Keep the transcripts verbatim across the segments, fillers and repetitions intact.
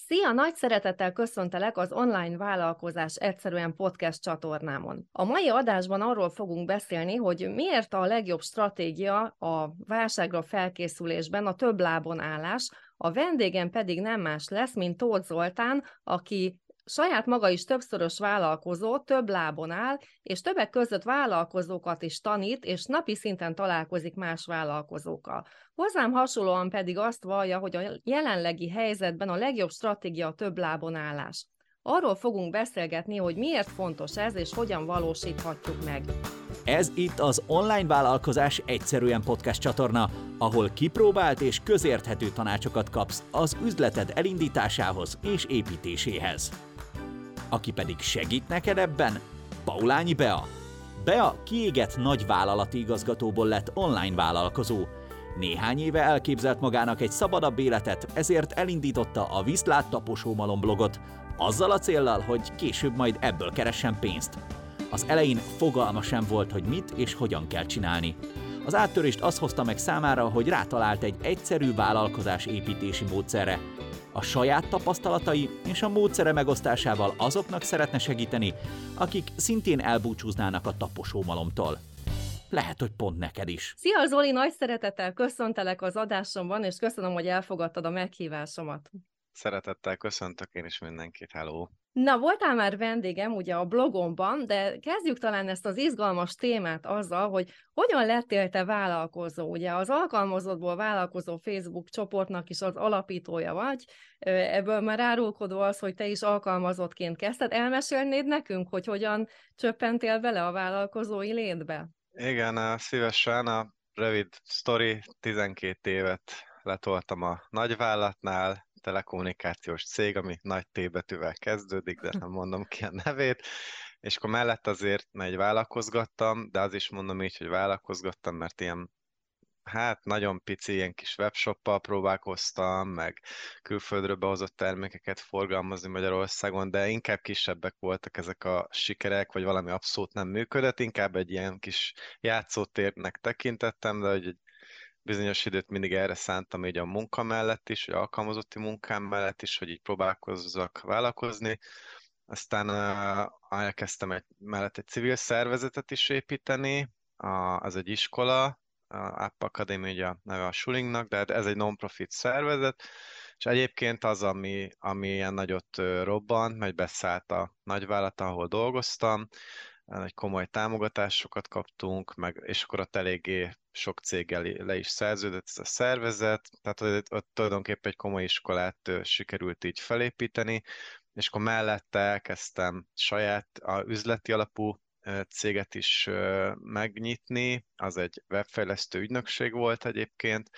Szia! Nagy szeretettel köszöntelek az Online Vállalkozás Egyszerűen podcast csatornámon. A mai adásban arról fogunk beszélni, hogy miért a legjobb stratégia a válságra felkészülésben a több lábon állás, a vendégem pedig nem más lesz, mint Tóth Zoltán, aki saját maga is többszörös vállalkozó, több lábon áll, és többek között vállalkozókat is tanít, és napi szinten találkozik más vállalkozókkal. Hozzám hasonlóan pedig azt vallja, hogy a jelenlegi helyzetben a legjobb stratégia a több lábon állás. Arról fogunk beszélgetni, hogy miért fontos ez, és hogyan valósíthatjuk meg. Ez itt az Online Vállalkozás Egyszerűen podcast csatorna, ahol kipróbált és közérthető tanácsokat kapsz az üzleted elindításához és építéséhez. Aki pedig segít neked ebben, Paulányi Bea. Bea kiégett nagyvállalati igazgatóból lett online vállalkozó. Néhány éve elképzelt magának egy szabadabb életet, ezért elindította a Viszlát taposómalom blogot, azzal a céllal, hogy később majd ebből keressen pénzt. Az elején fogalma sem volt, hogy mit és hogyan kell csinálni. Az áttörést az hozta meg számára, hogy rátalált egy egyszerű vállalkozás építési módszerre. A saját tapasztalatai és a módszere megosztásával azoknak szeretne segíteni, akik szintén elbúcsúznának a taposómalomtól. Lehet, hogy pont neked is. Szia Zoli, nagy szeretettel köszöntelek az adásomban, és köszönöm, hogy elfogadtad a meghívásomat. Szeretettel köszöntök én is mindenkit, hello! Na, voltál már vendégem ugye a blogomban, de kezdjük talán ezt az izgalmas témát azzal, hogy hogyan lettél te vállalkozó. Ugye az alkalmazottból vállalkozó Facebook csoportnak is az alapítója vagy, ebből már árulkodó az, hogy te is alkalmazottként kezdted. Elmesélnéd nekünk, hogy hogyan csöppentél bele a vállalkozói létbe? Igen, szívesen, a rövid sztori, tizenkét évet letoltam a nagyvállalatnál, telekommunikációs cég, ami nagy T betűvel kezdődik, de nem mondom ki a nevét, és akkor mellett azért megy vállalkozgattam, de az is mondom így, hogy vállalkozgattam, mert ilyen, hát nagyon pici, ilyen kis webshoppal próbálkoztam, meg külföldről behozott termékeket forgalmazni Magyarországon, de inkább kisebbek voltak ezek a sikerek, vagy valami abszolút nem működött, inkább egy ilyen kis játszótérnek tekintettem, de hogy egy bizonyos időt mindig erre szántam így a munka mellett is, vagy alkalmazotti munkám mellett is, hogy így próbálkozzak vállalkozni. Aztán uh, elkezdtem egy, mellett egy civil szervezetet is építeni, a, az egy iskola, a App Academy, ugye a neve a Schulingnak, de ez egy non-profit szervezet, és egyébként az, ami, ami ilyen nagyot robbant, majd beszállt a nagyvállalat, ahol dolgoztam, egy komoly támogatásokat kaptunk, meg, és akkor ott eléggé sok céggel le is szerződött ez a szervezet, tehát ott, ott tulajdonképpen egy komoly iskolát sikerült így felépíteni, és akkor mellette elkezdtem saját a üzleti alapú céget is megnyitni, az egy webfejlesztő ügynökség volt egyébként,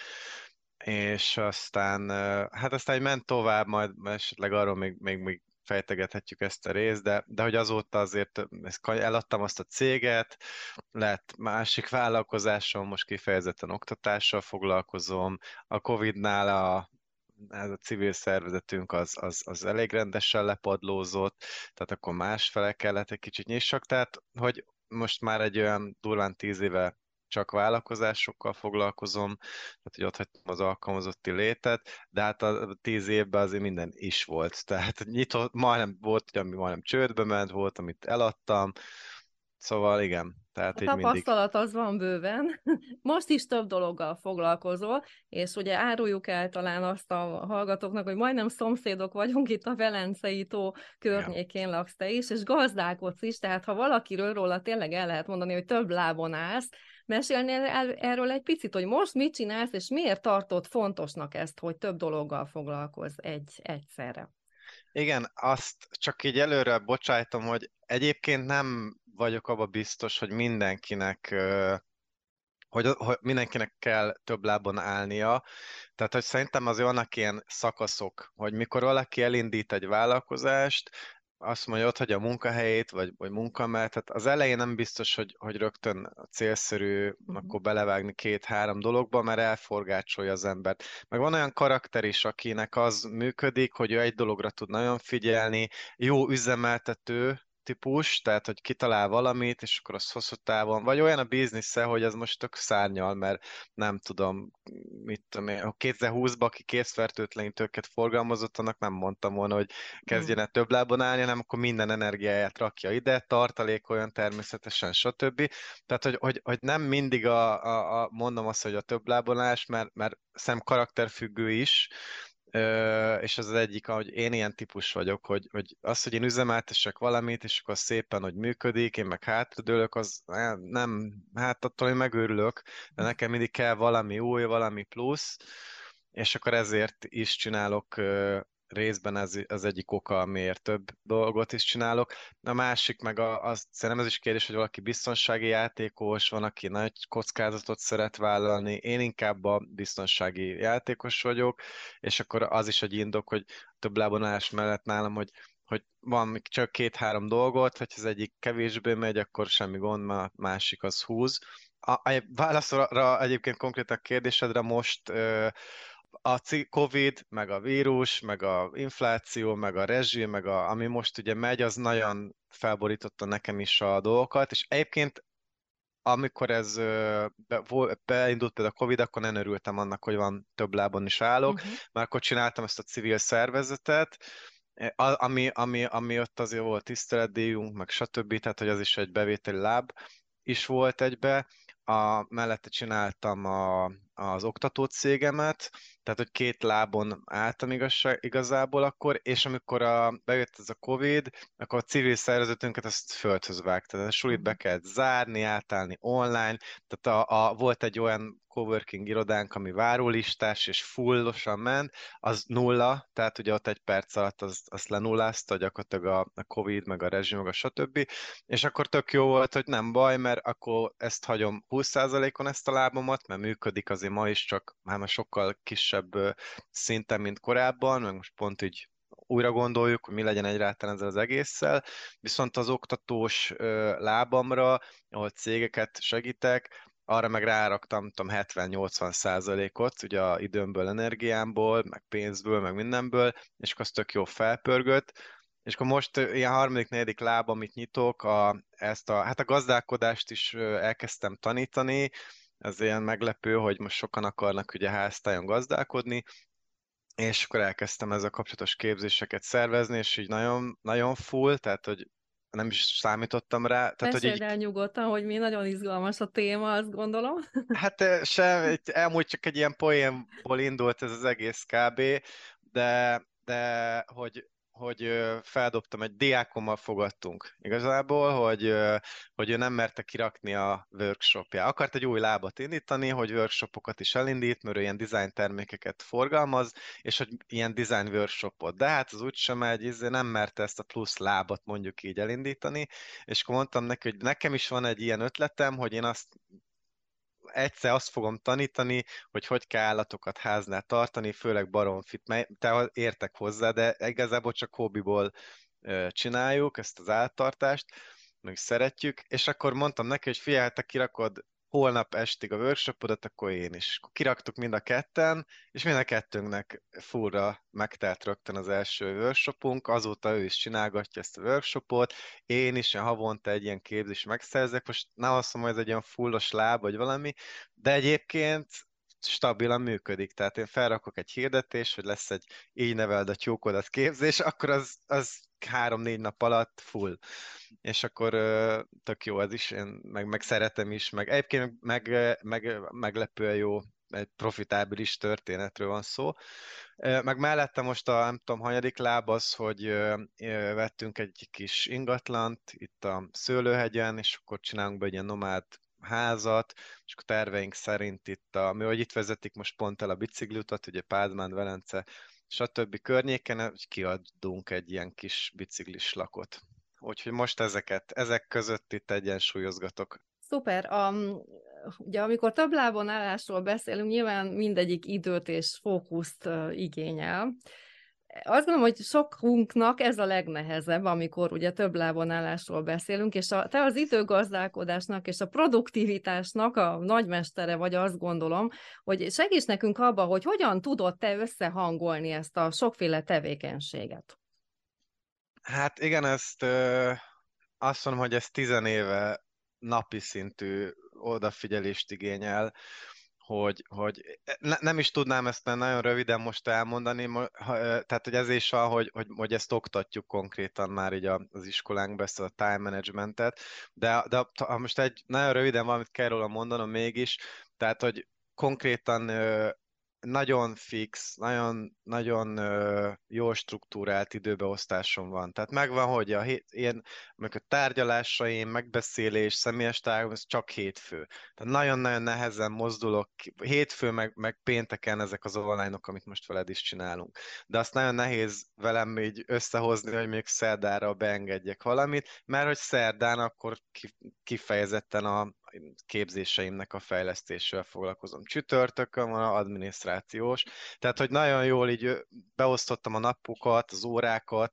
és aztán, hát aztán ment tovább, majd esetleg arról még, még, még fejtegethetjük ezt a részt, de, de hogy azóta azért eladtam azt a céget, lett másik vállalkozásom, most kifejezetten oktatással foglalkozom, a Covidnál a, ez a civil szervezetünk az, az, az elég rendesen lepadlózott, tehát akkor másfele kellett egy kicsit nyissak, tehát hogy most már egy olyan durván tíz éve csak vállalkozásokkal foglalkozom, tehát hogy ott hagytam az alkalmazotti létet, de hát a tíz évben azért minden is volt. Tehát nyitott, majdnem volt, ami majdnem csődbe ment, volt, amit eladtam, szóval igen. Tehát A így tapasztalat mindig... az van bőven. Most is több dologgal foglalkozol, és ugye áruljuk el talán azt a hallgatóknak, hogy majdnem szomszédok vagyunk itt a Velencei tó környékén, ja. Laksz te is, és gazdálkodsz is, tehát ha valakiről róla tényleg el lehet mondani, hogy több lábon állsz, mesélnél el, erről egy picit, hogy most mit csinálsz, és miért tartod fontosnak ezt, hogy több dologgal foglalkozz egy, egyszerre? Igen, azt csak így előre bocsájtom, hogy egyébként nem vagyok abba biztos, hogy mindenkinek, hogy, hogy mindenkinek kell több lábon állnia. Tehát, hogy szerintem azért vannak ilyen szakaszok, hogy mikor valaki elindít egy vállalkozást, azt mondja, ott hagyja a munkahelyét, vagy, vagy munka mellett, tehát az elején nem biztos, hogy, hogy rögtön célszerű uh-huh. akkor belevágni két-három dologba, mert elforgácsolja az embert. Meg van olyan karakter is, akinek az működik, hogy ő egy dologra tud nagyon figyelni, jó üzemeltető, típus, tehát hogy kitalál valamit, és akkor az hosszú távon, vagy olyan a biznisze, hogy ez most tök szárnyal, mert nem tudom, mit tudom én, ha kétezer-húszban, aki készfertőtlenítőket forgalmazott, annak nem mondtam volna, hogy kezdjen el több lábon állni, hanem akkor minden energiáját rakja ide, tartalékoljon természetesen, stb. Tehát, hogy, hogy, hogy nem mindig a, a, a, mondom azt, hogy a több lábon állás, mert, mert szem karakterfüggő is, Ö, és az az egyik, hogy én ilyen típus vagyok, hogy, hogy az, hogy én üzemeltessek valamit, és akkor szépen, hogy működik, én meg hátradőlök, az nem, hát attól én megőrülök, de nekem mindig kell valami új, valami plusz, és akkor ezért is csinálok ö, részben ez az egyik oka, miért több dolgot is csinálok. A másik meg a, az, szerintem ez is kérdés, hogy valaki biztonsági játékos, van, aki nagy kockázatot szeret vállalni, én inkább a biztonsági játékos vagyok, és akkor az is egy indok, hogy több lábon állás mellett nálam, hogy, hogy van csak két-három dolgot, hogy az egyik kevésbé megy, akkor semmi gond, mert a másik az húz. A, a válaszra egyébként konkrétan a kérdésedre most ö, a Covid, meg a vírus, meg a infláció, meg a rezsi, meg a, ami most ugye megy, az nagyon felborította nekem is a dolgokat, és egyébként amikor ez ö, be, vo- beindult például a Covid, akkor nem örültem annak, hogy van több lábon is állok, Uh-huh. mert akkor csináltam ezt a civil szervezetet, eh, a- ami, ami, ami ott azért volt tiszteletdíjunk, meg stb., tehát hogy az is egy bevételi láb is volt egybe. A, mellette csináltam a, az oktató cégemet, tehát hogy két lábon álltam igazság, igazából akkor, és amikor a, bejött ez a Covid, akkor a civil szervezetünket ezt földhöz vágta. Tehát a sulit be kellett zárni, átállni online, tehát a, a, volt egy olyan coworking irodánk, ami várólistás és fullosan ment, az nulla, tehát ugye ott egy perc alatt az, azt lenullázta gyakorlatilag a, a Covid, meg a rezsim, meg a stb. És akkor tök jó volt, hogy nem baj, mert akkor ezt hagyom húsz százalékon ezt a lábamat, mert működik azért ma is, csak már már sokkal kisebb ö, szinten, mint korábban, meg most pont így újra gondoljuk, hogy mi legyen egyáltalán ezzel az egésszel, viszont az oktatós ö, lábamra, ahol cégeket segítek, arra meg ráraktam tudom, hetven-nyolcvan százalékot, ugye a időmből, energiámból, meg pénzből, meg mindenből, és akkor az tök jó felpörgött, és akkor most ö, ilyen harmadik, negyedik láb, amit nyitok, a, ezt a, hát a gazdálkodást is ö, elkezdtem tanítani, ez ilyen meglepő, hogy most sokan akarnak ugye háztájon gazdálkodni, és akkor elkezdtem ezzel kapcsolatos képzéseket szervezni, és így nagyon, nagyon full, tehát hogy nem is számítottam rá, tehát hogy Meséld így el nyugodtan, hogy mi nagyon izgalmas a téma, azt gondolom. hát eh, sem, elmúlt csak egy ilyen poénból indult ez az egész kb, de, de hogy, hogy ö, feldobtam, egy diákommal fogadtunk igazából, hogy, ö, hogy ő nem merte kirakni a workshopja. Akart egy új lábat indítani, hogy workshopokat is elindít, mert ő ilyen design termékeket forgalmaz, és hogy ilyen design workshopot. De hát az úgysem megy, izé nem merte ezt a plusz lábat mondjuk így elindítani, és akkor mondtam neki, hogy nekem is van egy ilyen ötletem, hogy én azt egyszer azt fogom tanítani, hogy hogy kell állatokat háznál tartani, főleg baromfit, mert te értek hozzá, de igazából csak hobbiból ö, csináljuk ezt az állattartást, meg szeretjük, és akkor mondtam neki, hogy figyelj, hát te kirakod holnap estig a workshopodat, akkor én is. Akkor kiraktuk mind a ketten, és mind a kettőnknek furra megtelt rögtön az első workshopunk, azóta ő is csinálgatja ezt a workshopot, én is ilyen havonta egy ilyen képzést megszerzek, most nem azt mondom, hogy ez egy ilyen fullos láb, vagy valami, de egyébként stabilan működik. Tehát én felrakok egy hirdetést, hogy lesz egy így neveld a tyúkodat képzés, akkor az, az három-négy nap alatt full. És akkor ö, tök jó ez is, én meg, meg szeretem is, meg egyébként meg, meg meglepően jó, egy profitábilis történetről van szó. Ö, Meg mellette most a, nem tudom, hanyadik láb az, hogy ö, ö, vettünk egy kis ingatlant itt a Szőlőhegyen, és akkor csinálunk be egy ilyen nomád házat, és akkor terveink szerint itt, a, mi hogy itt vezetik most pont el a bicikliutat, ugye Pázmánd, Velence, stb. Környéken, hogy kiadunk egy ilyen kis biciklis lakot. Úgyhogy most ezeket, ezek között itt egyensúlyozgatok. Szuper. Um, ugye amikor több lábon állásról beszélünk, nyilván mindegyik időt és fókuszt uh, igényel. Azt gondolom, hogy sokunknak ez a legnehezebb, amikor ugye több lábon állásról beszélünk, és a, te az időgazdálkodásnak és a produktivitásnak a nagymestere vagy, azt gondolom, hogy segíts nekünk abba, hogy hogyan tudod te összehangolni ezt a sokféle tevékenységet. Hát igen, ezt ö, azt mondom, hogy ez tizenéve napi szintű odafigyelést igényel, hogy, hogy ne, nem is tudnám ezt nagyon röviden most elmondani, tehát hogy ez is van, hogy, hogy, hogy ezt oktatjuk konkrétan már így az iskolánkban, ezt a time managementet, de, de ha most egy nagyon röviden valamit kell róla mondanom mégis, tehát hogy konkrétan nagyon fix, nagyon, nagyon ö, jól struktúrált időbeosztásom van. Tehát megvan, hogy a hét, én, meg a tárgyalásaim, megbeszélés, személyes tárgyalás, ez csak hétfő. Tehát nagyon-nagyon nehezen mozdulok. Hétfő, meg, meg pénteken ezek az online-ok, amit most veled is csinálunk. De azt nagyon nehéz velem így összehozni, hogy még szerdára beengedjek valamit, mert hogy szerdán akkor kifejezetten a képzéseimnek a fejlesztésével foglalkozom. Csütörtökön van a adminisztrációs, tehát hogy nagyon jól így beosztottam a napokat, az órákat,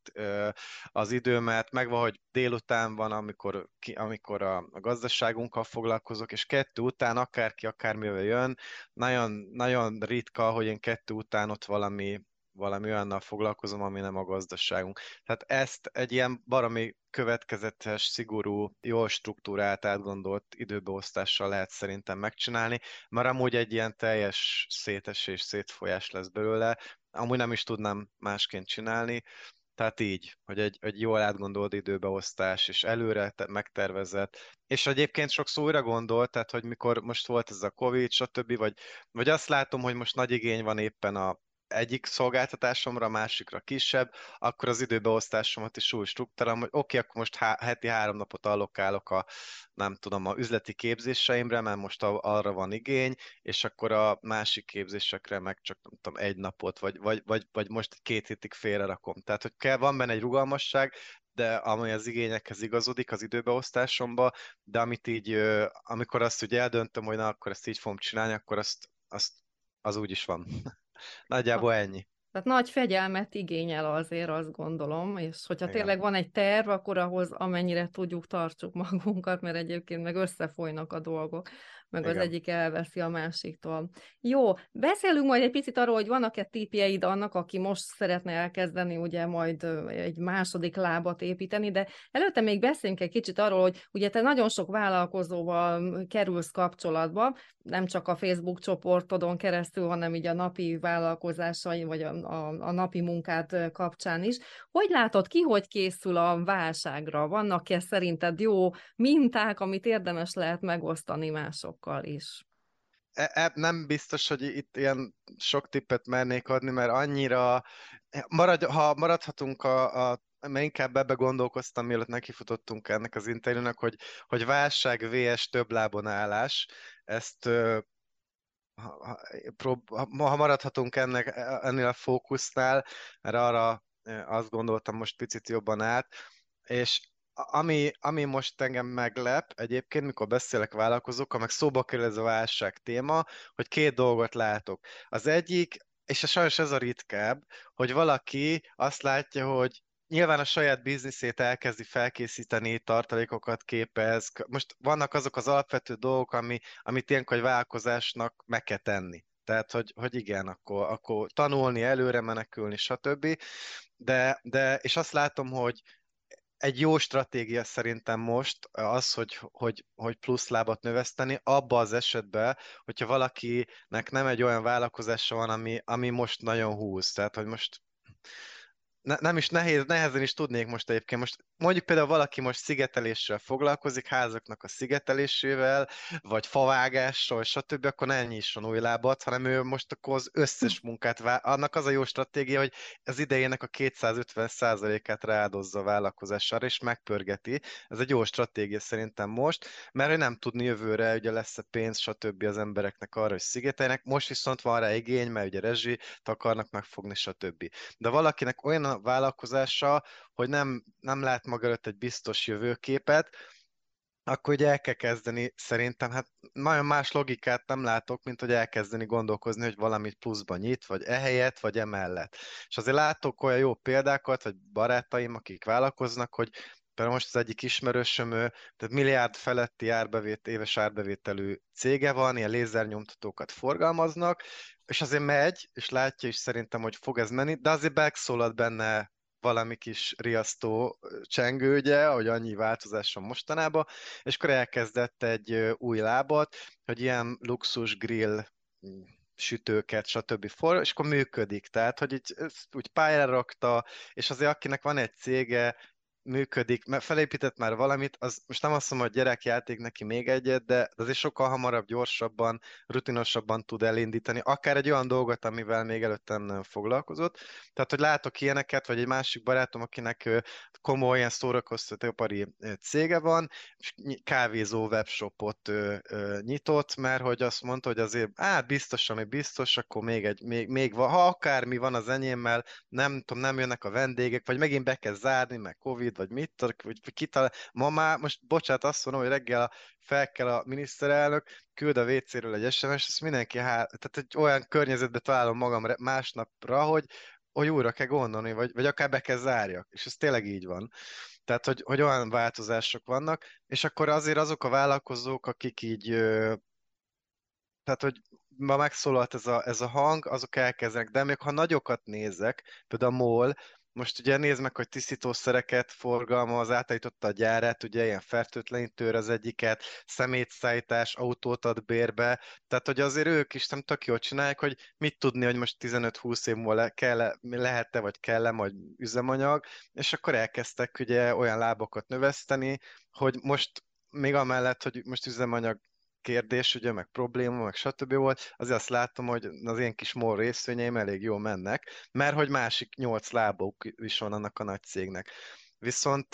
az időmet, megvan, hogy délután van, amikor, amikor a, a gazdaságunkkal foglalkozok, és kettő után akárki akármivel jön, nagyon, nagyon ritka, hogy én kettő után ott valami valami olyannal foglalkozom, ami nem a gazdaságunk. Tehát ezt egy ilyen baromi következetes, szigorú, jól struktúrált, átgondolt időbeosztással lehet szerintem megcsinálni, mert amúgy egy ilyen teljes szétesés, szétfolyás lesz belőle, amúgy nem is tudnám másként csinálni, tehát így, hogy egy, egy jól átgondolt időbeosztás, és előre te- megtervezett, és egyébként sokszor újra gondolt, tehát hogy mikor most volt ez a Covid, stb., vagy, vagy azt látom, hogy most nagy igény van éppen a egyik szolgáltatásomra, a másikra kisebb, akkor az időbeosztásomat is úgy struktúrálom, hogy oké, okay, akkor most há- heti három napot allokálok a, nem tudom, a üzleti képzéseimre, mert most a, arra van igény, és akkor a másik képzésekre meg csak, nem tudom, egy napot, vagy, vagy, vagy, vagy most egy két hétig félre rakom. Tehát, hogy kell, van benne egy rugalmasság, de amely az igényekhez igazodik az időbeosztásomba, de amit így, ö, amikor azt ugye eldöntöm, hogy na, akkor ezt így fogom csinálni, akkor azt, azt az úgy is van. Nagyjából ennyi. Tehát nagy fegyelmet igényel azért, azt gondolom, és hogyha Igen. tényleg van egy terv, akkor ahhoz amennyire tudjuk, tartsuk magunkat, mert egyébként meg összefolynak a dolgok, meg az Igen. egyik elveszi a másiktól. Jó, beszélünk majd egy picit arról, hogy vannak-e tippjeid annak, aki most szeretne elkezdeni, ugye majd egy második lábat építeni, de előtte még beszéljünk egy kicsit arról, hogy ugye te nagyon sok vállalkozóval kerülsz kapcsolatba, nem csak a Facebook csoportodon keresztül, hanem így a napi vállalkozásai, vagy a, a, a napi munkát kapcsán is. Hogy látod ki, hogy készül a válságra? Vannak-e szerinted jó minták, amit érdemes lehet megosztani másokkal is? E, e, nem biztos, hogy itt ilyen sok tippet mernék adni, mert annyira, maradj, ha maradhatunk a, a mert inkább ebbe gondolkoztam, mielőtt nekifutottunk ennek az interjúnak, hogy, hogy válság vs több lábon állás, ezt ha, ha, prób- ha maradhatunk ennek, ennél a fókusznál, mert arra azt gondoltam most picit jobban át, és ami, ami most engem meglep egyébként, mikor beszélek vállalkozókkal, meg szóba kerül ez a válság téma, hogy két dolgot látok. Az egyik, és sajnos ez a ritkább, hogy valaki azt látja, hogy nyilván a saját bizniszét elkezdi felkészíteni, tartalékokat képez. Most vannak azok az alapvető dolgok, ami, amit ilyenkor egy vállalkozásnak meg kell tenni. Tehát, hogy, hogy igen, akkor, akkor tanulni, előre menekülni, stb. De, de, és azt látom, hogy egy jó stratégia szerintem most az, hogy, hogy, hogy plusz lábat növeszteni, abba az esetben, hogyha valakinek nem egy olyan vállalkozása van, ami, ami most nagyon húz. Tehát, hogy most ne, nem is nehéz, nehezen is tudnék most egyébként. Most mondjuk például valaki most szigeteléssel foglalkozik, házaknak a szigetelésével, vagy favágással, stb., akkor ne nyisson új lábat, hanem ő most akkor az összes munkát, vá- annak az a jó stratégia, hogy az idejének a kétszázötven százalékát rááldozza a vállalkozására, és megpörgeti. Ez egy jó stratégia szerintem most, mert ő nem tudni jövőre, ugye lesz-e pénz, stb. Az embereknek arra, hogy szigeteljenek. Most viszont van rá igény, mert ugye rezsit akarnak megfogni, stb. De valakinek olyan a vállalkozása, hogy nem, nem lát maga előtt egy biztos jövőképet, akkor ugye el kell kezdeni, szerintem, hát nagyon más logikát nem látok, mint hogy elkezdeni gondolkozni, hogy valamit pluszban nyit, vagy ehelyett, vagy emellett. És azért látok olyan jó példákat, vagy barátaim, akik vállalkoznak, hogy például most az egyik ismerősöm, ő, tehát milliárd feletti árbevét, éves árbevételű cége van, ilyen lézernyomtatókat forgalmaznak, és azért megy, és látja is szerintem, hogy fog ez menni, de azért megszólalt benne valami kis riasztó csengő, ugye, hogy annyi változás van mostanában, és akkor elkezdett egy új lábat, hogy ilyen luxus grill sütőket, stb. For, és akkor működik. Tehát, hogy így, úgy pályára rakta, és azért akinek van egy cége, működik, mert felépített már valamit, az most nem azt mondom, hogy gyerekjáték neki még egyet, de azért sokkal hamarabb, gyorsabban, rutinosabban tud elindítani, akár egy olyan dolgot, amivel még előtte nem foglalkozott. Tehát, hogy látok ilyeneket, vagy egy másik barátom, akinek komoly ilyen szórakoztatóipari cége van, és kávézó webshopot nyitott, mert hogy azt mondta, hogy azért, á, biztos, ami biztos, akkor még egy, még, még van, ha akármi van az enyémmel, nem tudom, nem jönnek a vendégek, vagy megint be kell zárni, meg Covid, vagy mit, vagy kitalál. Ma már, most bocsánat, azt mondom, hogy reggel fel kell a miniszterelnök, küld a vécéről egy es em es, ezt mindenki, hát, tehát egy olyan környezetbe találom magam másnapra, hogy, hogy újra kell gondolni, vagy, vagy akár be kell zárjak, és ez tényleg így van. Tehát, hogy, hogy olyan változások vannak, és akkor azért azok a vállalkozók, akik így, tehát, hogy ma megszólalt ez a, ez a hang, azok elkezdenek, de még ha nagyokat nézek, például a MOL, most ugye nézd meg, hogy tisztítószereket forgalmaz, átállította a gyárát, ugye ilyen fertőtlenítőr az egyiket, szemétszállítás, autót ad bérbe, tehát hogy azért ők is nem tök jól csinálják, hogy mit tudni, hogy most tizenöt-húsz év múlva kell, lehet-e, vagy kell-e majd üzemanyag, és akkor elkezdtek ugye olyan lábakat növeszteni, hogy most még amellett, hogy most üzemanyag kérdés, ugye, meg probléma, meg stb. Volt, azért azt látom, hogy az én kis MOL részvényeim elég jól mennek, mert hogy másik nyolc lábuk is van annak a nagy cégnek. Viszont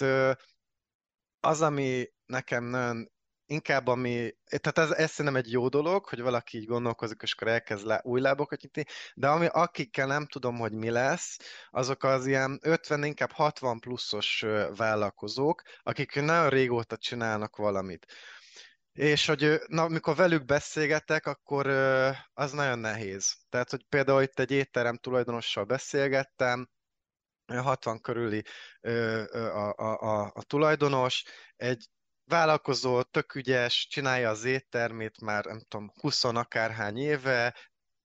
az, ami nekem nagyon inkább ami, tehát ez, ez szerintem egy jó dolog, hogy valaki így gondolkozik, és akkor elkezd lá, új lábokat nyitni, de ami, akikkel nem tudom, hogy mi lesz, azok az ilyen ötven, inkább hatvan pluszos vállalkozók, akik nagyon régóta csinálnak valamit. És hogy na, amikor velük beszélgetek, akkor az nagyon nehéz. Tehát, hogy például itt egy étterem tulajdonossal beszélgettem, hatvan körüli a, a, a, a tulajdonos, egy vállalkozó, tök ügyes, csinálja az éttermét már, nem tudom, húsz akárhány éve,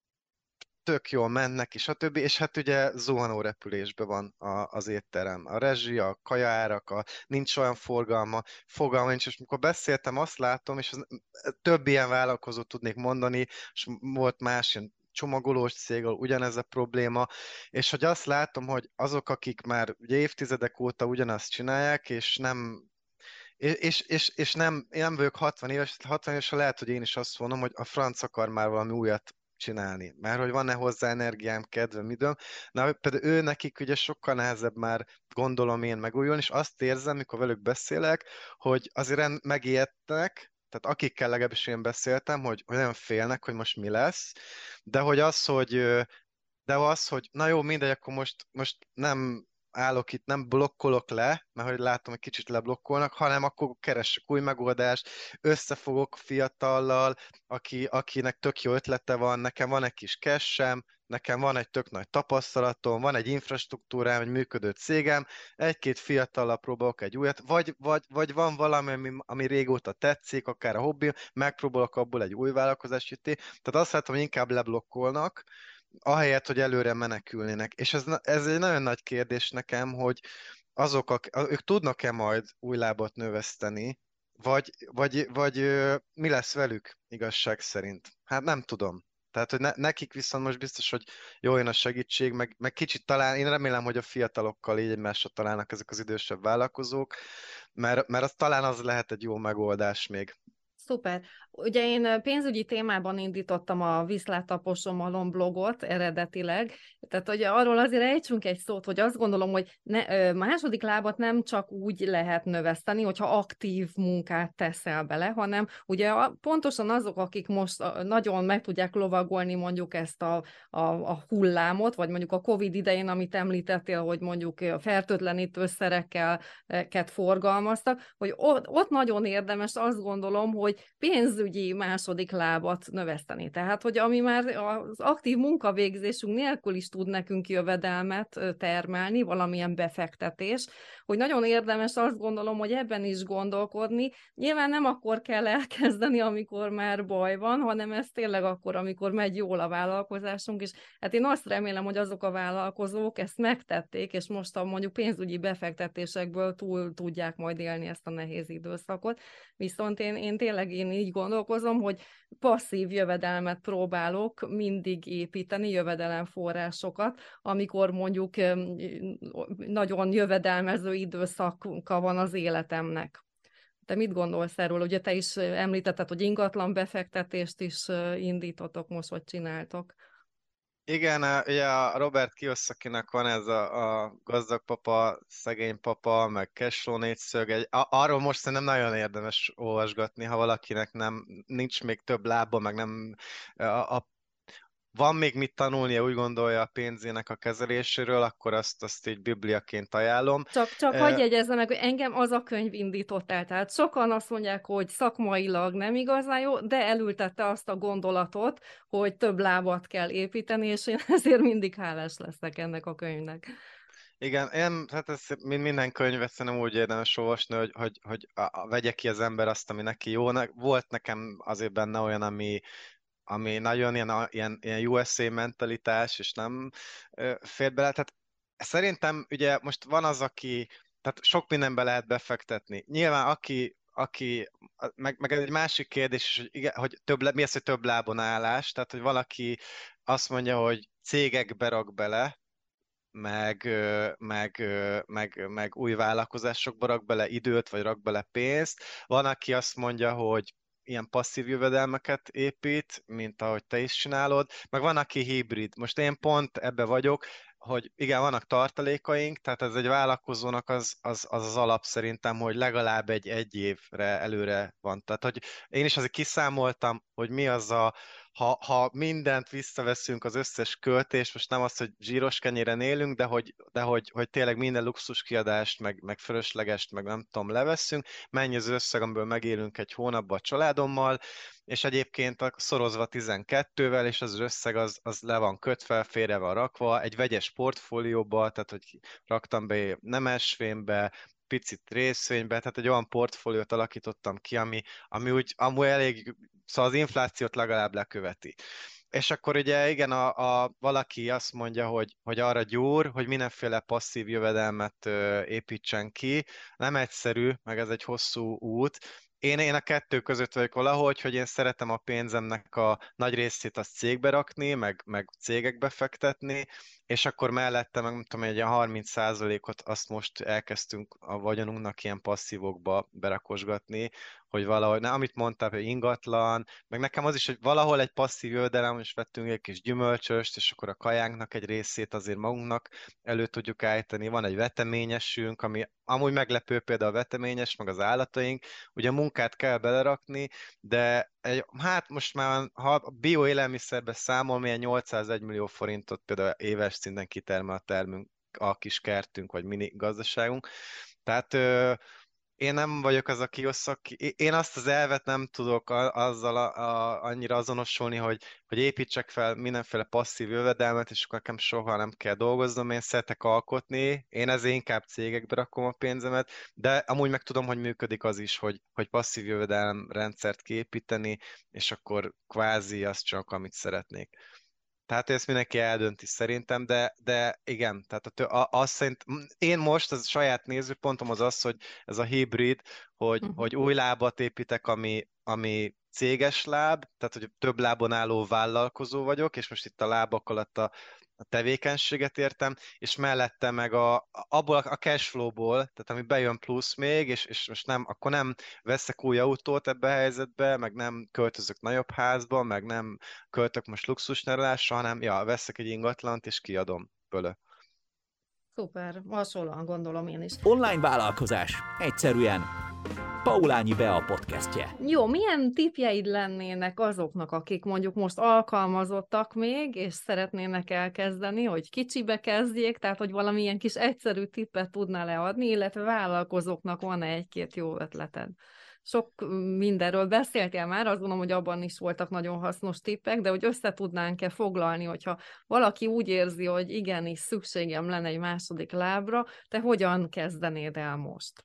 tök jól mennek, és a többi, és hát ugye zuhanó repülésben van a, az étterem. A rezsi, a kajaárak, a, nincs olyan forgalma, fogalma nincs, és amikor beszéltem, azt látom, és az, több ilyen vállalkozót tudnék mondani, és volt más ilyen csomagolós cég, ugyanez a probléma, és hogy azt látom, hogy azok, akik már ugye évtizedek óta ugyanazt csinálják, és nem és, és, és nem, én nem vagyok hatvan éves, hatvan éves, lehet, hogy én is azt mondom, hogy a franc akar már valami újat csinálni. Mert hogy van-e hozzá energiám, kedvem, időm. Na, például ő nekik ugye sokkal nehezebb már, gondolom én, megújulni, és azt érzem, mikor velük beszélek, hogy azért megijedtek, tehát akikkel legalábbis én beszéltem, hogy, hogy nagyon félnek, hogy most mi lesz, de hogy az, hogy de az, hogy na jó, mindegy, akkor most, most nem állok itt, nem blokkolok le, mert hogy látom, hogy kicsit leblokkolnak, hanem akkor keressek új megoldást, összefogok fiatallal, aki, akinek tök jó ötlete van, nekem van egy kis cash-em, nekem van egy tök nagy tapasztalatom, van egy infrastruktúrám, egy működő cégem, egy-két fiatallal próbálok egy újat, vagy, vagy, vagy van valami, ami, ami régóta tetszik, akár a hobbi, megpróbálok abból egy új vállalkozást jutni. Tehát azt látom, hogy inkább leblokkolnak, ahelyett, hogy előre menekülnének. És ez, ez egy nagyon nagy kérdés nekem, hogy azok, ak, ők tudnak-e majd új lábat növeszteni, vagy, vagy, vagy mi lesz velük igazság szerint? Hát nem tudom. Tehát, hogy ne, nekik viszont most biztos, hogy jó jön a segítség, meg, meg kicsit talán, én remélem, hogy a fiatalokkal így egymásra találnak ezek az idősebb vállalkozók, mert, mert az talán az lehet egy jó megoldás még. Szuper. Ugye én pénzügyi témában indítottam a Viszlátaposomalom blogot eredetileg, tehát hogy arról azért ejtsünk egy szót, hogy azt gondolom, hogy ne, második lábat nem csak úgy lehet növeszteni, hogyha aktív munkát teszel bele, hanem ugye pontosan azok, akik most nagyon meg tudják lovagolni mondjuk ezt a, a, a hullámot, vagy mondjuk a Covid idején, amit említettél, hogy mondjuk fertőtlenítőszerekkel forgalmaztak, hogy ott, ott nagyon érdemes, azt gondolom, hogy pénzügyi pénzügyi második lábat növeszteni. Tehát, hogy ami már az aktív munkavégzésünk nélkül is tud nekünk jövedelmet termelni, valamilyen befektetés, hogy nagyon érdemes, azt gondolom, hogy ebben is gondolkodni. Nyilván nem akkor kell elkezdeni, amikor már baj van, hanem ez tényleg akkor, amikor megy jól a vállalkozásunk, és hát én azt remélem, hogy azok a vállalkozók ezt megtették, és most a mondjuk pénzügyi befektetésekből túl tudják majd élni ezt a nehéz időszakot. Viszont én, én tényleg én így gondolkozom, hogy passzív jövedelmet próbálok mindig építeni, jövedelemforrásokat, amikor mondjuk nagyon jövedelmező időszaka van az életemnek. Te mit gondolsz erről? Ugye te is említetted, hogy ingatlan befektetést is indítotok most, vagy csináltok. Igen, ugye a Robert Kiyosakinak van ez a, a gazdag papa, szegény papa, meg cashflow négyszög. Egy, arról most szerintem nagyon érdemes olvasgatni, ha valakinek nem, nincs még több lába, meg nem a, a van még mit tanulnia, úgy gondolja a pénzének a kezeléséről, akkor azt, azt így bibliaként ajánlom. Csak, csak uh, hagyj jegyezzem meg, hogy engem az a könyv indított el. Tehát sokan azt mondják, hogy szakmailag nem igazán jó, de elültette azt a gondolatot, hogy több lábat kell építeni, és én ezért mindig hálás leszek ennek a könyvnek. Igen, én, hát ez mint minden könyvet szerintem úgy érdemes olvasni, hogy, hogy, hogy a, a, vegye ki az ember azt, ami neki jó. Volt nekem azért benne olyan, ami ami nagyon ilyen, ilyen, ilyen U S A mentalitás, és nem fér bele. Tehát szerintem ugye most van az, aki, tehát sok mindenbe lehet befektetni. Nyilván aki, aki meg, meg egy másik kérdés, hogy, igen, hogy több, mi az, hogy több lábon állás, tehát hogy valaki azt mondja, hogy cégekbe rak bele, meg, meg, meg, meg új vállalkozásokba rak bele időt, vagy rak bele pénzt. Van, aki azt mondja, hogy ilyen passzív jövedelmeket épít, mint ahogy te is csinálod, meg van, aki hibrid. Most én pont ebbe vagyok, hogy igen, vannak tartalékaink, tehát ez egy vállalkozónak az az, az, az alap szerintem, hogy legalább egy egy évre előre van. Tehát, hogy én is azért kiszámoltam, hogy mi az a, ha, ha mindent visszaveszünk, az összes költést, most nem az, hogy zsíros kenyéren élünk, de hogy, de hogy, hogy tényleg minden luxus kiadást, meg, meg fölöslegest, meg nem tudom, leveszünk, mennyi az összeg, amiből megélünk egy hónapban a családommal, és egyébként szorozva tizenkettővel, és az összeg az, az le van kötve, félre van rakva, egy vegyes portfólióba, tehát hogy raktam be nemesfémbe, picit részvénybe, tehát egy olyan portfóliót alakítottam ki, ami, ami úgy amúgy elég, szóval az inflációt legalább leköveti. És akkor ugye igen, a, a, valaki azt mondja, hogy, hogy arra gyúr, hogy mindenféle passzív jövedelmet ö, építsen ki. Nem egyszerű, meg ez egy hosszú út. Én, én a kettő között vagyok valahogy, hogy én szeretem a pénzemnek a nagy részét azt cégbe rakni, meg, meg cégekbe fektetni, és akkor mellette, meg nem tudom, egy ilyen harminc százalékot azt most elkezdtünk a vagyonunknak ilyen passzívokba berakosgatni, hogy valahogy, na, amit mondtál, hogy ingatlan, meg nekem az is, hogy valahol egy passzív jövedelem, és vettünk egy kis gyümölcsöst, és akkor a kajánknak egy részét azért magunknak elő tudjuk állítani. Van egy veteményesünk, ami amúgy meglepő, például a veteményes, meg az állataink. Ugye a munkát kell belerakni, de egy, hát most már, ha a bioélelmiszerbe számol, milyen nyolcszázegy millió forintot például éves szinten kitermel a termünk, a kis kertünk, vagy mini gazdaságunk. Tehát ö, én nem vagyok az, aki Kiyosaki. Én azt az elvet nem tudok azzal a, a, annyira azonosulni, hogy, hogy építsek fel mindenféle passzív jövedelmet, és akkor nekem soha nem kell dolgoznom, én szeretek alkotni, én ezért inkább cégekbe rakom a pénzemet, de amúgy meg tudom, hogy működik az is, hogy, hogy passzív jövedelem rendszert kiépíteni, és akkor kvázi azt csak, amit szeretnék. Tehát ezt mindenki eldönti szerintem, de, de igen, tehát a, a, azt szerint, én most az saját nézőpontom az az, hogy ez a hibrid, hogy, uh-huh. hogy új lábat építek, ami, ami céges láb, tehát hogy több lábon álló vállalkozó vagyok, és most itt a lábak alatt a, a tevékenységet értem, és mellette meg a, abból a cashflowból, tehát ami bejön plusz még, és, és most nem, akkor nem veszek új autót ebbe a helyzetbe, meg nem költözök nagyobb házba, meg nem költök most luxusnyaralásra, hanem ja, veszek egy ingatlant, és kiadom bőle. Szuper, hasonlóan gondolom én is. Online vállalkozás. Egyszerűen Paulányi Bea podcastje. Jó, milyen tippjeid lennének azoknak, akik mondjuk most alkalmazottak még, és szeretnének elkezdeni, hogy kicsibe kezdjék, tehát hogy valamilyen kis egyszerű tippet tudnál leadni, illetve vállalkozóknak van-e egy-két jó ötleted? sok mindenről beszéltél már, azt gondolom, hogy abban is voltak nagyon hasznos tippek, de hogy össze tudnánk-e foglalni, hogyha valaki úgy érzi, hogy igenis szükségem lenne egy második lábra, te hogyan kezdenéd el most?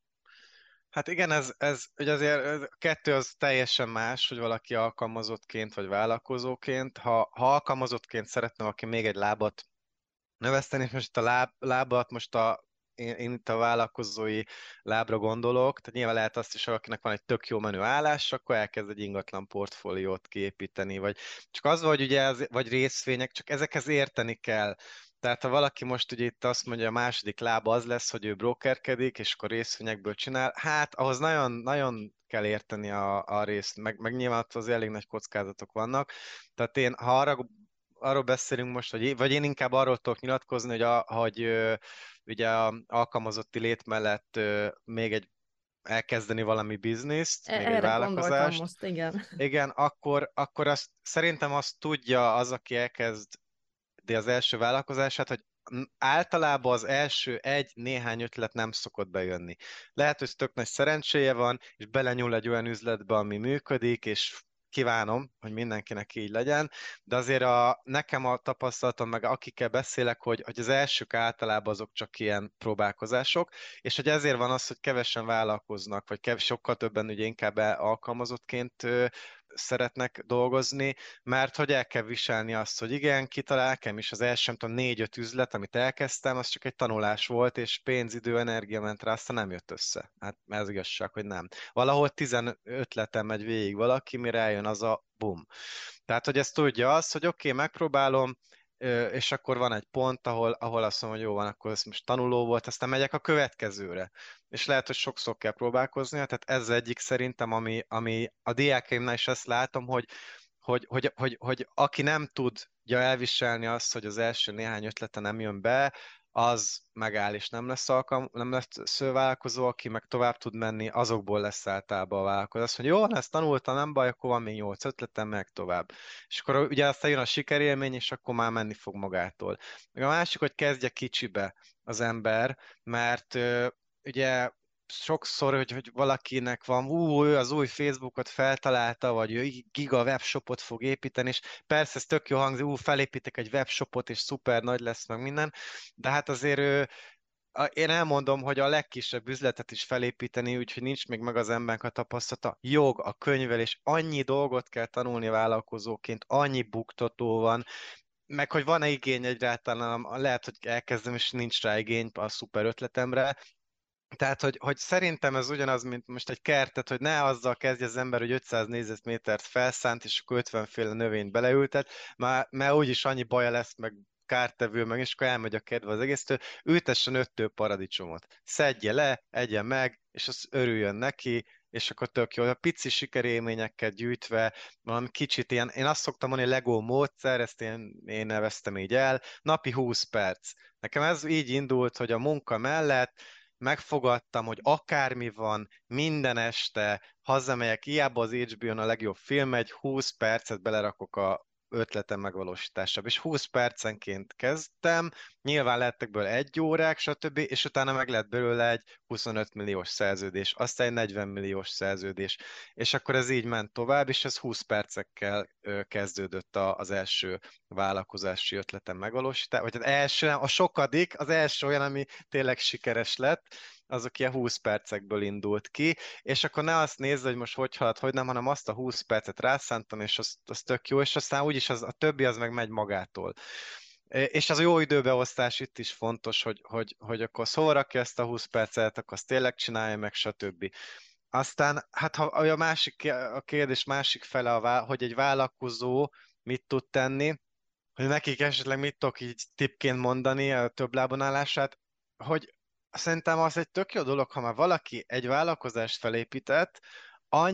Hát igen, ez, ez ugye azért ez, a kettő az teljesen más, hogy valaki alkalmazottként vagy vállalkozóként. Ha, ha alkalmazottként szeretne valaki még egy lábat növeszteni, és most a láb, lábat most a én, én itt a vállalkozói lábra gondolok, tehát nyilván lehet azt is, akinek van egy tök jó menő állás, akkor elkezd egy ingatlan portfóliót kiépíteni, vagy csak az, hogy ugye, ez, vagy részvények, csak ezekhez érteni kell. Tehát ha valaki most ugye itt azt mondja, a második lába az lesz, hogy ő brokerkedik, és akkor részvényekből csinál, hát ahhoz nagyon, nagyon kell érteni a, a részt, meg, meg nyilván az elég nagy kockázatok vannak. Tehát én, ha arra arról beszélünk most, hogy, vagy én inkább arról tudok nyilatkozni, hogy, a, hogy ö, ugye a alkalmazotti lét mellett ö, még egy elkezdeni valami bizniszt, még egy Erre gondoltam vállalkozást. most, igen. Igen, akkor, akkor azt, szerintem azt tudja az, aki elkezd de az első vállalkozását, hogy általában az első egy-néhány ötlet nem szokott bejönni. Lehet, hogy tök nagy szerencséje van, és belenyúl egy olyan üzletbe, ami működik, és kívánom, hogy mindenkinek így legyen, de azért a, nekem a tapasztalatom, meg akikkel beszélek, hogy, hogy az elsők általában azok csak ilyen próbálkozások, és hogy ezért van az, hogy kevesen vállalkoznak, vagy kev, sokkal többen ugye inkább alkalmazottként ö, szeretnek dolgozni, mert hogy el kell viselni azt, hogy igen, kitalál nekem is az első, nem tudom, négy-öt üzlet, amit elkezdtem, az csak egy tanulás volt, és pénz, idő, energia ment rá, aztán nem jött össze. Hát ez igazság, hogy nem. Valahol tizenöt ötleten megy végig valaki, mire eljön az a bum. Tehát, hogy ezt tudja az, hogy oké, okay, megpróbálom, és akkor van egy pont, ahol, ahol azt mondom, hogy jó van, akkor ez most tanuló volt, aztán megyek a következőre. És lehet, hogy sokszor kell próbálkozni, tehát ez egyik szerintem, ami, ami a diákaimnál is azt látom, hogy, hogy, hogy, hogy, hogy aki nem tudja elviselni azt, hogy az első néhány ötlete nem jön be, az megáll, és nem lesz alkalm, nem lesz vállalkozó, aki meg tovább tud menni, azokból lesz általában a vállalkozó. Azt mondja, jó, ezt tanultam, nem baj, akkor van még nyolc ötletem, meg tovább. És akkor ugye aztán jön a sikerélmény, és akkor már menni fog magától. Meg a másik, hogy kezdje kicsibe az ember, mert ugye sokszor, hogy, hogy valakinek van, ú, ő az új Facebookot feltalálta, vagy ő giga webshopot fog építeni, és persze ez tök jó hangzik, ú, felépítek egy webshopot, és szuper nagy lesz, meg minden, de hát azért ő, én elmondom, hogy a legkisebb üzletet is felépíteni, úgyhogy nincs még meg az embernek a tapasztalata. Jog, a könyvelés, annyi dolgot kell tanulni vállalkozóként, annyi buktató van, meg hogy van-e igény egyáltalán, lehet, hogy elkezdem, és nincs rá igény a szuper ötletemre. Tehát, hogy, hogy szerintem ez ugyanaz, mint most egy kertet, hogy ne azzal kezdje az ember, hogy ötszáz négyzetmétert felszánt, és akkor ötven féle növényt beleültet, már, mert úgyis annyi baja lesz, meg kártevő, meg és akkor elmegy a kedve az egésztől, ültessen öttől paradicsomot. Szedje le, egye meg, és az örüljön neki, és akkor tök jó. A pici sikerélményeket gyűjtve, valami kicsit ilyen, én azt szoktam mondani, Lego módszer, ezt én, én neveztem így el, napi húsz perc. Nekem ez így indult, hogy a munka mellett megfogadtam, hogy akármi van, minden este hazamegyek, hiába az há bé ó-n a legjobb film, egy húsz percet belerakok a ötletem megvalósításába, és húsz percenként kezdtem, nyilván lettek belőle egy órák, stb., és utána meg lett belőle egy huszonöt milliós szerződés, aztán egy negyven milliós szerződés, és akkor ez így ment tovább, és ez húsz percekkel kezdődött az első vállalkozási ötletem megvalósítása, vagy az első, a sokadik, az első olyan, ami tényleg sikeres lett, azok ilyen húsz percekből indult ki, és akkor ne azt nézd, hogy most hogy halad, hogy nem, hanem azt a húsz percet rászántam, és az, az tök jó, és aztán úgyis az, a többi az meg megy magától. És az a jó időbeosztás itt is fontos, hogy, hogy, hogy akkor szóval rakja ezt a húsz percet, akkor azt tényleg csinálja meg, stb. Aztán, hát ha a másik, a kérdés másik fele, a, hogy egy vállalkozó mit tud tenni, hogy nekik esetleg mit tudok így tippként mondani a több lábon állását, hogy szerintem az egy tök jó dolog, ha már valaki egy vállalkozást felépített, annyi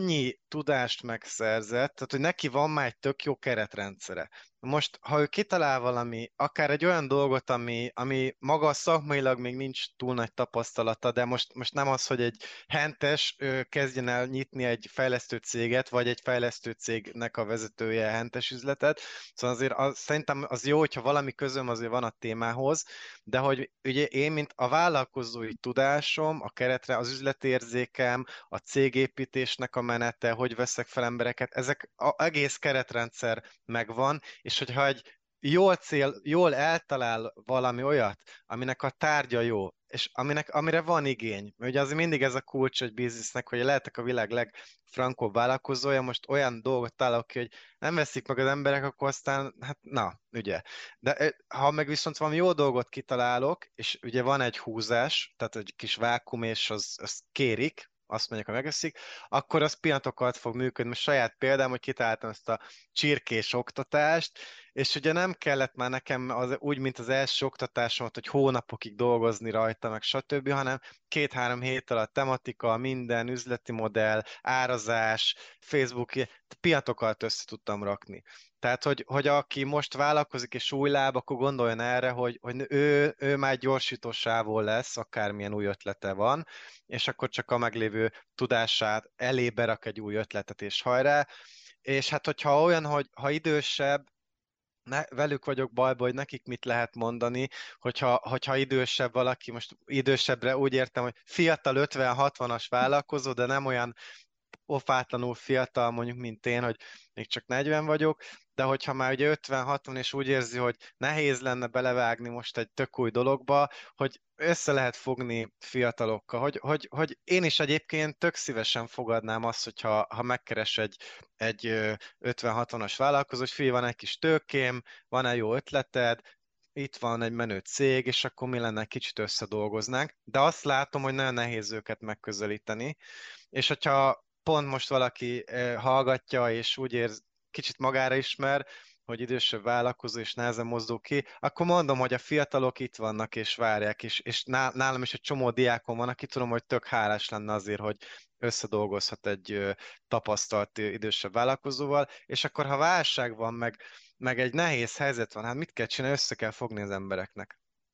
tudást megszerzett, tehát hogy neki van már egy tök jó keretrendszere. Most, ha ő kitalál valami, akár egy olyan dolgot, ami, ami maga szakmailag még nincs túl nagy tapasztalata, de most, most nem az, hogy egy hentes ö, kezdjen el nyitni egy fejlesztő céget, vagy egy fejlesztő cégnek a vezetője hentes üzletet, szóval azért az, szerintem az jó, hogyha valami közöm azért van a témához, de hogy ugye én, mint a vállalkozói tudásom, a keretre, az üzletérzékem, a cégépítésnek a menete, hogy veszek fel embereket, ezek az egész keretrendszer megvan, és hogyha egy jól cél, jól eltalál valami olyat, aminek a tárgya jó, és aminek, amire van igény. Mert ugye az mindig ez a kulcs egy biznisznek, hogy lehetek a világ legfrankóbb vállalkozója, most olyan dolgot találok ki, hogy nem veszik meg az emberek, akkor aztán, hát na, ugye. De ha meg viszont valami jó dolgot kitalálok, és ugye van egy húzás, tehát egy kis vákum, és az, az kérik, azt mondják, ha megeszik, akkor az pillanatokat fog működni. Most saját példám, hogy kitaláltam ezt a csirkés oktatást, és ugye nem kellett már nekem az, úgy, mint az első oktatásomat, hogy hónapokig dolgozni rajta, meg stb., hanem két-három hét alatt tematika, minden, üzleti modell, árazás, Facebook, pillanatokat össze tudtam rakni. Tehát, hogy, hogy aki most vállalkozik és új láb, akkor gondoljon erre, hogy, hogy ő, ő már gyorsító sávon lesz, akármilyen új ötlete van, és akkor csak a meglévő tudását elébe rak egy új ötletet, és hajrá. És hát, hogyha olyan, hogy ha idősebb, ne, velük vagyok bajban, hogy nekik mit lehet mondani, hogyha, hogyha idősebb valaki, most idősebbre úgy értem, hogy fiatal ötven-hatvanas vállalkozó, de nem olyan ofátlanul fiatal, mondjuk, mint én, hogy még csak negyven vagyok, de hogyha már ugye ötven-hatvan és úgy érzi, hogy nehéz lenne belevágni most egy tök új dologba, hogy össze lehet fogni fiatalokkal, hogy, hogy, hogy én is egyébként tök szívesen fogadnám azt, hogyha ha megkeres egy, egy ötven-hatvanas vállalkozó, hogy figyelj, van egy kis tőkém, van egy jó ötleted, itt van egy menő cég, és akkor mi lenne, egy kicsit összedolgoznánk, de azt látom, hogy nagyon nehéz őket megközelíteni, és hogyha pont most valaki hallgatja, és úgy érz, kicsit magára ismer, hogy idősebb vállalkozó és nehezen mozdul ki, akkor mondom, hogy a fiatalok itt vannak és várják, és, és nálam is egy csomó diákom van, aki tudom, hogy tök hálás lenne azért, hogy összedolgozhat egy tapasztalt idősebb vállalkozóval, és akkor ha válság van, meg, meg egy nehéz helyzet van, hát mit kell csinálni, össze kell fogni az embereknek.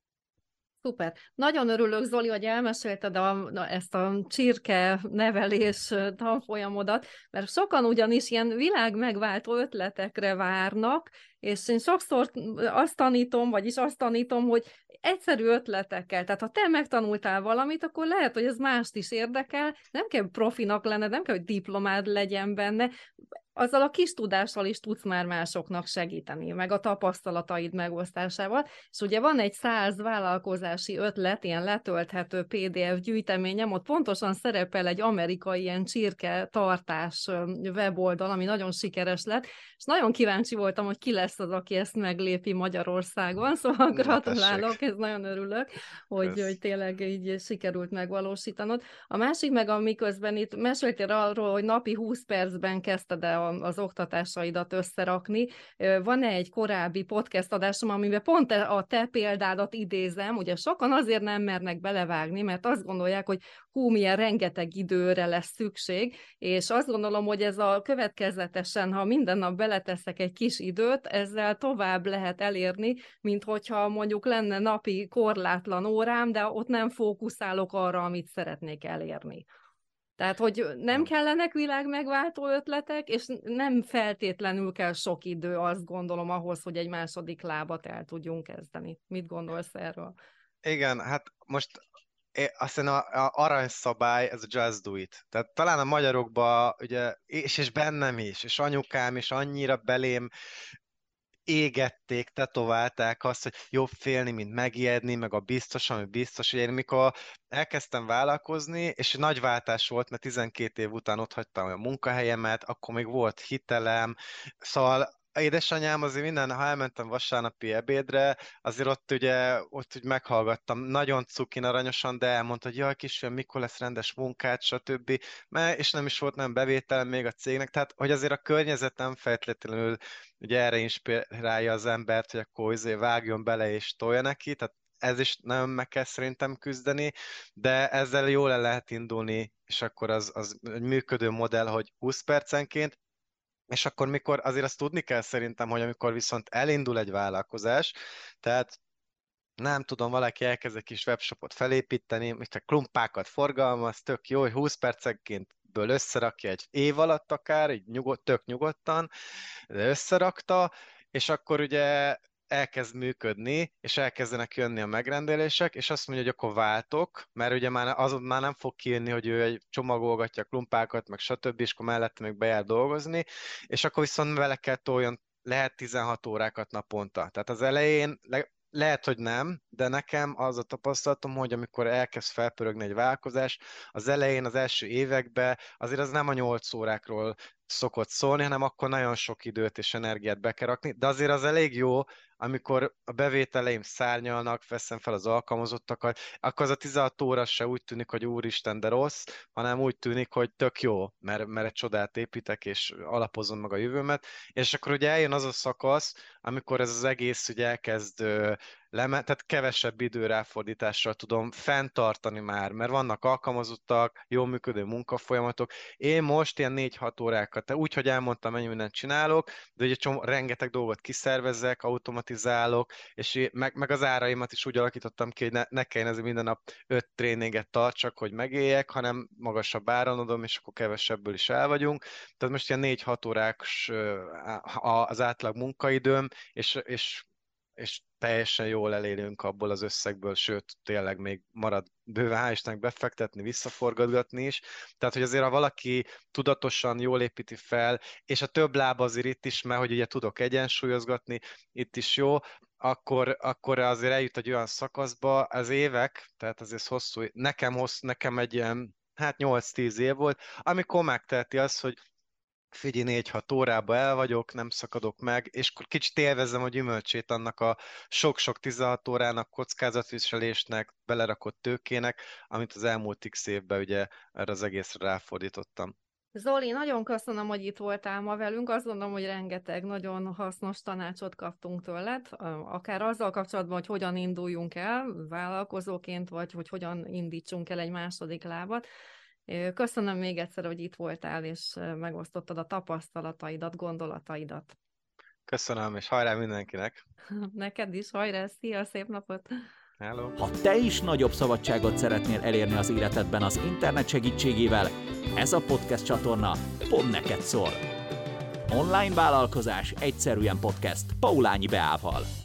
Szuper. Nagyon örülök, Zoli, hogy elmesélted a, a, ezt a csirke nevelés tanfolyamodat, mert sokan ugyanis ilyen világmegváltó ötletekre várnak, és én sokszor azt tanítom, vagyis azt tanítom, hogy egyszerű ötletekkel, tehát ha te megtanultál valamit, akkor lehet, hogy ez mást is érdekel, nem kell profinak lenned, nem kell, hogy diplomád legyen benne, azzal a kis tudással is tudsz már másoknak segíteni, meg a tapasztalataid megosztásával. És ugye van egy száz vállalkozási ötlet, ilyen letölthető pé dé ef gyűjteményem, ott pontosan szerepel egy amerikai ilyen csirke tartás weboldal, ami nagyon sikeres lett, és nagyon kíváncsi voltam, hogy ki lesz az, aki ezt meglépi Magyarországon, szóval Na, gratulálok, tessék. ez nagyon örülök, hogy, hogy tényleg így sikerült megvalósítanod. A másik meg, amiközben itt meséltél arról, hogy napi húsz percben kezdted el az oktatásaidat összerakni. Van-e egy korábbi podcast adásom, amiben pont a te példádat idézem, ugye sokan azért nem mernek belevágni, mert azt gondolják, hogy hú, milyen rengeteg időre lesz szükség, és azt gondolom, hogy ez a következetesen, ha minden nap beleteszek egy kis időt, ezzel tovább lehet elérni, mint hogyha mondjuk lenne napi korlátlan órám, de ott nem fókuszálok arra, amit szeretnék elérni. Tehát, hogy nem kellenek világmegváltó ötletek, és nem feltétlenül kell sok idő, azt gondolom, ahhoz, hogy egy második lábat el tudjunk kezdeni. Mit gondolsz erről? Igen, hát most aztán a, a aranyszabály, ez a just do it. Tehát talán a magyarokban, ugye, és, és bennem is, és anyukám is annyira belém égették, tetoválták azt, hogy jobb félni, mint megijedni, meg a biztos, ami biztos, hogy én mikor elkezdtem vállalkozni, és nagy váltás volt, mert tizenkét év után otthagytam a munkahelyemet, akkor még volt hitelem, szóval édesanyám azért minden, ha elmentem vasárnapi ebédre, azért ott ugye, ott úgy meghallgattam, nagyon cukin aranyosan, de elmondta, hogy jaj, kisfiam, mikor lesz rendes munkát, stb. Mert, és nem is volt nem bevételem még a cégnek, tehát hogy azért a környezet nem feltétlenül ugye erre inspirálja az embert, hogy akkor azért vágjon bele és tolja neki, tehát ez is nagyon meg kell szerintem küzdeni, de ezzel jól el lehet indulni, és akkor az, az egy működő modell, hogy húsz percenként, és akkor mikor, azért azt tudni kell szerintem, hogy amikor viszont elindul egy vállalkozás, tehát nem tudom, valaki elkezd egy kis webshopot felépíteni, mint a klumpákat forgalmaz, tök jó, hogy húsz percenként ből összerakja egy év alatt akár, így nyugod, tök nyugodtan, de összerakta, és akkor ugye elkezd működni, és elkezdenek jönni a megrendelések, és azt mondja, hogy akkor váltok, mert ugye már azon már nem fog kijönni, hogy ő egy csomagolgatja a klumpákat, meg stb., és akkor mellette még bejár dolgozni, és akkor viszont vele kell toljon, lehet tizenhat órákat naponta. Tehát az elején le, lehet, hogy nem, de nekem az a tapasztalatom, hogy amikor elkezd felpörögni egy vállalkozás, az elején, az első években azért az nem a nyolc órákról szokott szólni, hanem akkor nagyon sok időt és energiát be kell rakni, de azért az elég jó, amikor a bevételeim szárnyalnak, veszem fel az alkalmazottakat, akkor az a tizenhat óra se úgy tűnik, hogy úristen, de rossz, hanem úgy tűnik, hogy tök jó, mert, mert egy csodát építek, és alapozom meg a jövőmet, és akkor ugye eljön az a szakasz, amikor ez az egész ugye elkezd leme, tehát kevesebb idő ráfordítással tudom fenntartani már, mert vannak alkalmazottak, jól működő munkafolyamatok. Én most ilyen négy-hat órákat, úgy, hogy elmondtam, mennyi mindent csinálok, de ugye csom, rengeteg dolgot kiszervezzek, automatizálok, és meg, meg az áraimat is úgy alakítottam ki, hogy ne, ne kelljen ezért minden nap öt tréninget tartsak, hogy megéljek, hanem magasabb áron adom, és akkor kevesebből is el vagyunk. Tehát most ilyen négy-hat órás az átlag munkaidőm, és, és és teljesen jól elélünk abból az összegből, sőt, tényleg még marad bőven, hál' Istennek befektetni, visszaforgatgatni is. Tehát, hogy azért, ha valaki tudatosan jól építi fel, és a több láb azért itt is, mert hogy ugye tudok egyensúlyozgatni, itt is jó, akkor, akkor azért eljut egy olyan szakaszba, az évek, tehát azért hosszú, nekem, hosszú, nekem egy ilyen, hát nyolc-tíz év volt, amikor megteheti azt, hogy figyelj, négy-hat órába el vagyok, nem szakadok meg, és kicsit élvezem a gyümölcsét annak a sok-sok tizenhat órának, kockázatviselésnek, belerakott tőkének, amit az elmúlt x évben ugye erre az egészre ráfordítottam. Zoli, nagyon köszönöm, hogy itt voltál ma velünk. Azt gondolom, hogy rengeteg nagyon hasznos tanácsot kaptunk tőled, akár azzal kapcsolatban, hogy hogyan induljunk el vállalkozóként, vagy hogy hogyan indítsunk el egy második lábat. Köszönöm még egyszer, hogy itt voltál, és megosztottad a tapasztalataidat, gondolataidat. Köszönöm, és hajrá mindenkinek! Neked is, hajrá, szia, szép napot! Hello. Ha te is nagyobb szabadságot szeretnél elérni az életedben az internet segítségével, ez a podcast csatorna pont neked szól. Online vállalkozás egyszerűen podcast Paulányi Beával.